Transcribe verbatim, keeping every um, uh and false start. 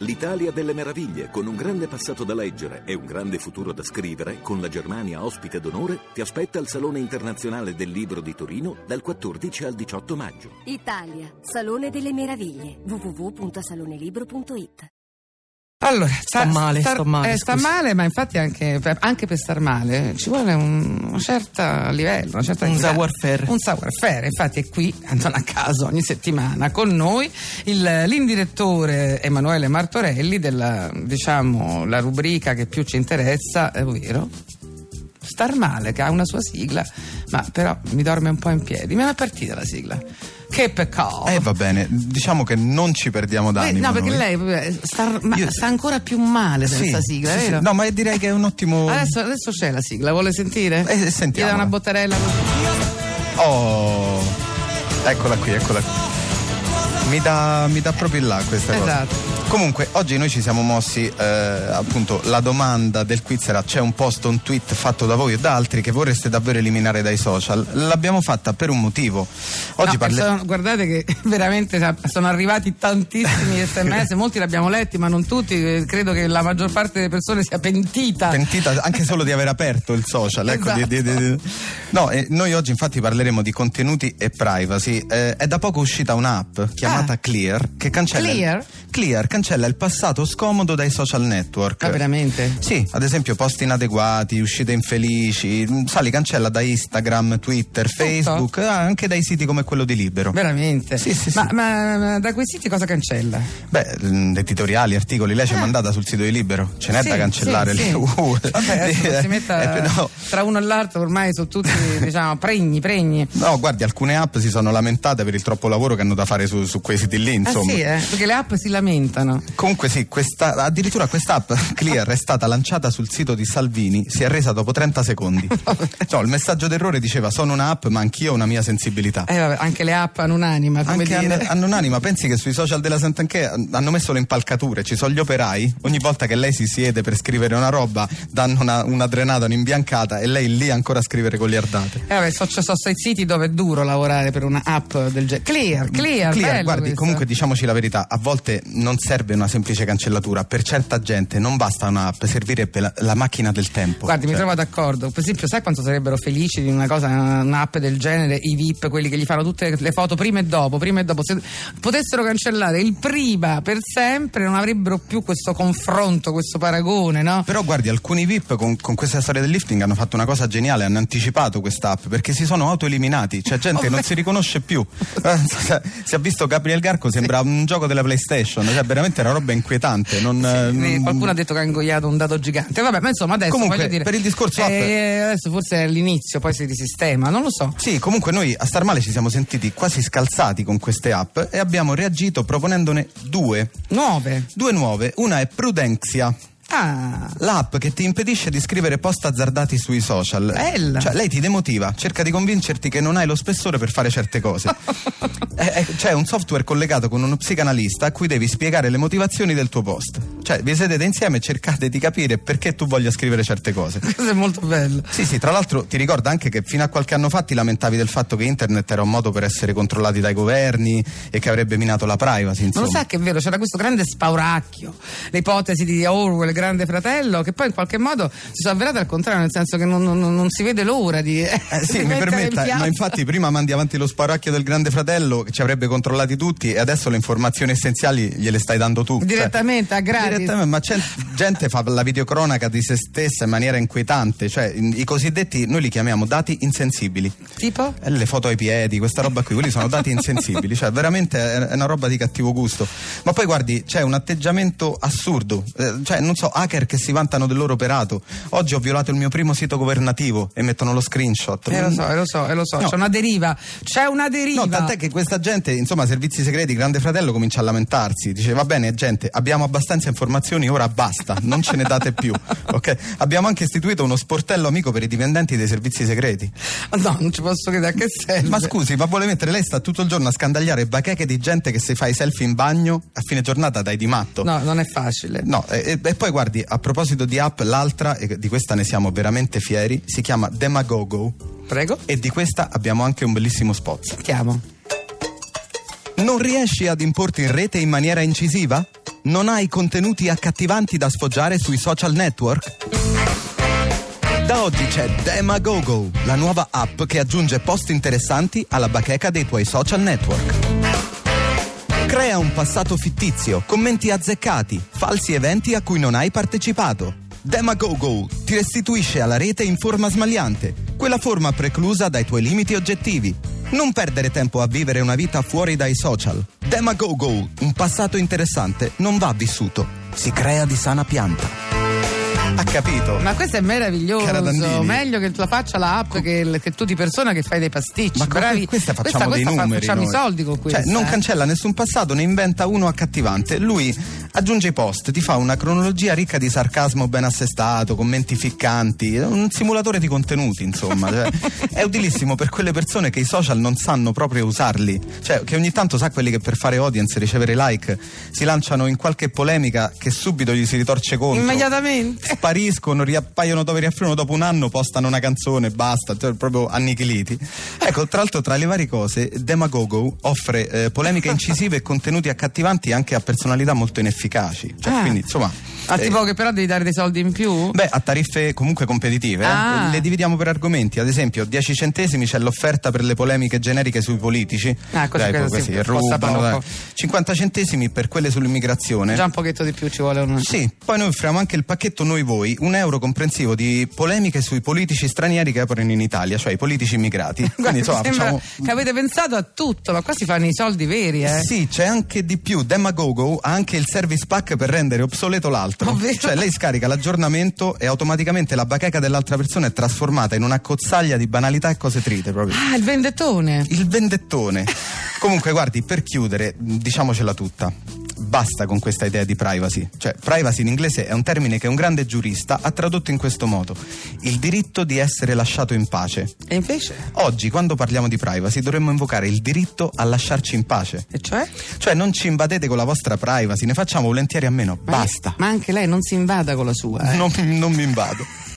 L'Italia delle meraviglie, con un grande passato da leggere e un grande futuro da scrivere, con la Germania ospite d'onore, ti aspetta al Salone Internazionale del Libro di Torino dal quattordici al diciotto maggio. Italia, Salone delle Meraviglie, w w w punto salonelibro punto it. Allora, sta, sta male, sta, sto male, eh, sta male, ma infatti anche per, anche per star male ci vuole un, un certo livello, una certa un savoir-faire. Un savoir-faire, infatti è qui, non a caso, ogni settimana con noi il, l'indirettore Emanuele Martorelli della, diciamo, la rubrica che più ci interessa, ovvero Star male, che ha una sua sigla, ma però mi dorme un po' in piedi. Ma è partita la sigla. Che peccato. Eh va bene, diciamo che non ci perdiamo d'animo. No, perché noi. lei sta, ma Io... sta ancora più male senza sì, sigla, sì, vero? Sì. No, ma direi che è un ottimo. Adesso, adesso c'è la sigla, vuole sentire? Eh, sentiamo. Gli dà una bottarella così. Oh, eccola qui, eccola qui. Mi dà, mi dà proprio in là questa cosa. Esatto. Comunque oggi noi ci siamo mossi eh, appunto la domanda del quiz era: c'è un post, un tweet fatto da voi o da altri che vorreste davvero eliminare dai social? L'abbiamo fatta per un motivo. Oggi no, parliamo. sono, guardate che veramente sono arrivati tantissimi sms, molti li abbiamo letti ma non tutti, credo che la maggior parte delle persone sia pentita pentita anche solo di aver aperto il social. Ecco, esatto. di, di, di. No, eh, noi oggi infatti parleremo di contenuti e privacy. Eh, è da poco uscita un'app chiamata ah. Clear che cancella Clear? Il, Clear cancella il passato scomodo dai social network. Ah, veramente? Sì, ad esempio post inadeguati, uscite infelici, sa, li cancella da Instagram, Twitter, Facebook, ah, anche dai siti come quello di Libero. Veramente? Sì, sì, ma, sì. ma, ma da quei siti cosa cancella? Beh, editoriali, articoli, lei ci è mandata sul sito di Libero, ce n'è sì, da cancellare sì, lì. sì. Uh. Vabbè, adesso si metta eh, no. tra uno e l'altro, ormai sono tutti diciamo pregni, pregni. No, guardi, alcune app si sono lamentate per il troppo lavoro che hanno da fare su, su quei siti lì, insomma. Ah sì, eh? Perché le app si lamentano. Comunque sì, questa, addirittura questa app Clear è stata lanciata sul sito di Salvini, si è resa dopo trenta secondi. No, il messaggio d'errore diceva: sono un'app ma anch'io ho una mia sensibilità. Eh vabbè, anche le app hanno un'anima, come anche dire. Hanno, hanno un'anima, pensi che sui social della Sant'Anché hanno messo le impalcature, ci sono gli operai, ogni volta che lei si siede per scrivere una roba danno una, una drenata, un'imbiancata e lei lì ancora a scrivere con le ardate. Eh vabbè, so, so, so i siti dove è duro lavorare per una app del genere. Clear, Clear, Clear, guardi, questo. Comunque diciamoci la verità, a volte non serve una semplice cancellatura, per certa gente non basta un'app, servirebbe la, la macchina del tempo. Guardi, cioè. mi trovo d'accordo. Per esempio, sai quanto sarebbero felici di una cosa, un'app del genere, i V I P, quelli che gli fanno tutte le foto prima e dopo, prima e dopo. Se potessero cancellare il prima per sempre, non avrebbero più questo confronto, questo paragone, no? Però guardi, alcuni V I P con, con questa storia del lifting hanno fatto una cosa geniale, hanno anticipato quest'app perché si sono autoeliminati, cioè gente che non si riconosce più. Si è visto Gabriel Garco, sembra un gioco della PlayStation, cioè veramente una roba inquietante. Non, sì, non... Qualcuno ha detto che ha ingoiato un dato gigante. Vabbè, ma insomma adesso comunque, voglio dire, per il discorso app, eh, adesso forse è l'inizio, poi si risistema, non lo so. Sì, comunque noi a Star Male ci siamo sentiti quasi scalzati con queste app e abbiamo reagito proponendone due. Nuove? Due nuove. Una è Prudenxia. Ah. L'app che ti impedisce di scrivere post azzardati sui social. Bella. Cioè lei ti demotiva, cerca di convincerti che non hai lo spessore per fare certe cose. è, è, c'è un software collegato con uno psicanalista a cui devi spiegare le motivazioni del tuo post. Cioè vi sedete insieme e cercate di capire perché tu voglia scrivere certe cose. Questo è molto bello. Sì, sì, tra l'altro ti ricorda anche che fino a qualche anno fa ti lamentavi del fatto che internet era un modo per essere controllati dai governi e che avrebbe minato la privacy, insomma. Non lo sa che è vero, c'era questo grande spauracchio, l'ipotesi di Orwell, Grande Fratello, che poi in qualche modo si sono avverate al contrario, nel senso che non, non, non si vede l'ora di, eh, sì, di mi permetta, in ma infatti prima mandi avanti lo spauracchio del Grande Fratello che ci avrebbe controllati tutti e adesso le informazioni essenziali gliele stai dando tu. Direttamente, cioè, a gratis. Direttamente, ma c'è gente fa la videocronaca di se stessa in maniera inquietante, cioè i cosiddetti, noi li chiamiamo dati insensibili. Tipo? Eh, le foto ai piedi, questa roba qui, quelli sono dati insensibili, cioè veramente è una roba di cattivo gusto. Ma poi guardi, c'è un atteggiamento assurdo, eh, cioè non so, hacker che si vantano del loro operato. Oggi ho violato il mio primo sito governativo e mettono lo screenshot. Eh lo so, eh lo so, eh lo so, no. C'è una deriva, c'è una deriva. No, tant'è che questa gente, insomma, servizi segreti, Grande Fratello comincia a lamentarsi, dice va bene gente, abbiamo abbastanza informazioni, ora basta, non ce ne date più, ok? Abbiamo anche istituito uno sportello amico per i dipendenti dei servizi segreti. No, non ci posso credere, a che serve? Ma scusi, ma vuole mettere, lei sta tutto il giorno a scandagliare bacheche di gente che si fa i selfie in bagno, a fine giornata dai di matto. No, non è facile. No, e, e poi guardi, a proposito di app, l'altra, e di questa ne siamo veramente fieri, si chiama Demagogo. Prego. E di questa abbiamo anche un bellissimo spot. Sentiamo. Non riesci ad importi in rete in maniera incisiva? Non hai contenuti accattivanti da sfoggiare sui social network? Da oggi c'è Demagogo, la nuova app che aggiunge post interessanti alla bacheca dei tuoi social network. Crea un passato fittizio, commenti azzeccati, falsi eventi a cui non hai partecipato. Demagogo ti restituisce alla rete in forma smagliante, quella forma preclusa dai tuoi limiti oggettivi. Non perdere tempo a vivere una vita fuori dai social. Demagogo, un passato interessante, non va vissuto, si crea di sana pianta. Ha capito? Ma questo è meraviglioso. Caratandini. Meglio che la faccia la app che, che tu di persona che fai dei pasticci. Ma bravi. questa facciamo questa, dei questa numeri. Fa, facciamo noi. i soldi con questo. Cioè, non eh. cancella nessun passato, ne inventa uno accattivante. Lui aggiunge i post, ti fa una cronologia ricca di sarcasmo ben assestato, commenti ficcanti, un simulatore di contenuti, insomma. Cioè, è utilissimo per quelle persone che i social non sanno proprio usarli. Cioè, che ogni tanto sa quelli che per fare audience, ricevere like, si lanciano in qualche polemica che subito gli si ritorce contro. Immediatamente. Spariscono, riappaiono dove riaffrono dopo un anno, postano una canzone, basta, cioè proprio annichiliti. Ecco, tra l'altro, tra le varie cose, Demagogo offre eh, polemiche incisive e contenuti accattivanti anche a personalità molto inefficaci. Cioè, Ah. quindi, insomma. Ah, eh, tipo che però devi dare dei soldi in più? Beh, a tariffe comunque competitive. eh. Ah. Le dividiamo per argomenti. Ad esempio, dieci centesimi c'è l'offerta per le polemiche generiche sui politici. Ah, così, Dai, quello poi sì, così, costa rubano. poco. Dai. cinquanta centesimi per quelle sull'immigrazione. Già un pochetto di più ci vuole un... Sì, poi noi offriamo anche il pacchetto Noi Voi, un euro comprensivo di polemiche sui politici stranieri che operano in Italia, cioè i politici immigrati. Quindi insomma Sembra facciamo... che avete pensato a tutto, ma qua si fanno i soldi veri, eh? Sì, c'è anche di più. Demagogo ha anche il service pack per rendere obsoleto l'altro. Ovvero? Cioè lei scarica l'aggiornamento e automaticamente la bacheca dell'altra persona è trasformata in una cozzaglia di banalità e cose trite proprio. Ah, il vendettone. Il vendettone. Comunque guardi, per chiudere, diciamocela tutta. Basta con questa idea di privacy. Cioè, privacy in inglese è un termine che un grande giurista ha tradotto in questo modo: il diritto di essere lasciato in pace. E invece? Oggi, quando parliamo di privacy, dovremmo invocare il diritto a lasciarci in pace. E cioè? Cioè, non ci invadete con la vostra privacy, ne facciamo volentieri a meno. Ma- Basta. Ma anche lei non si invada con la sua, eh? Non, non mi invado.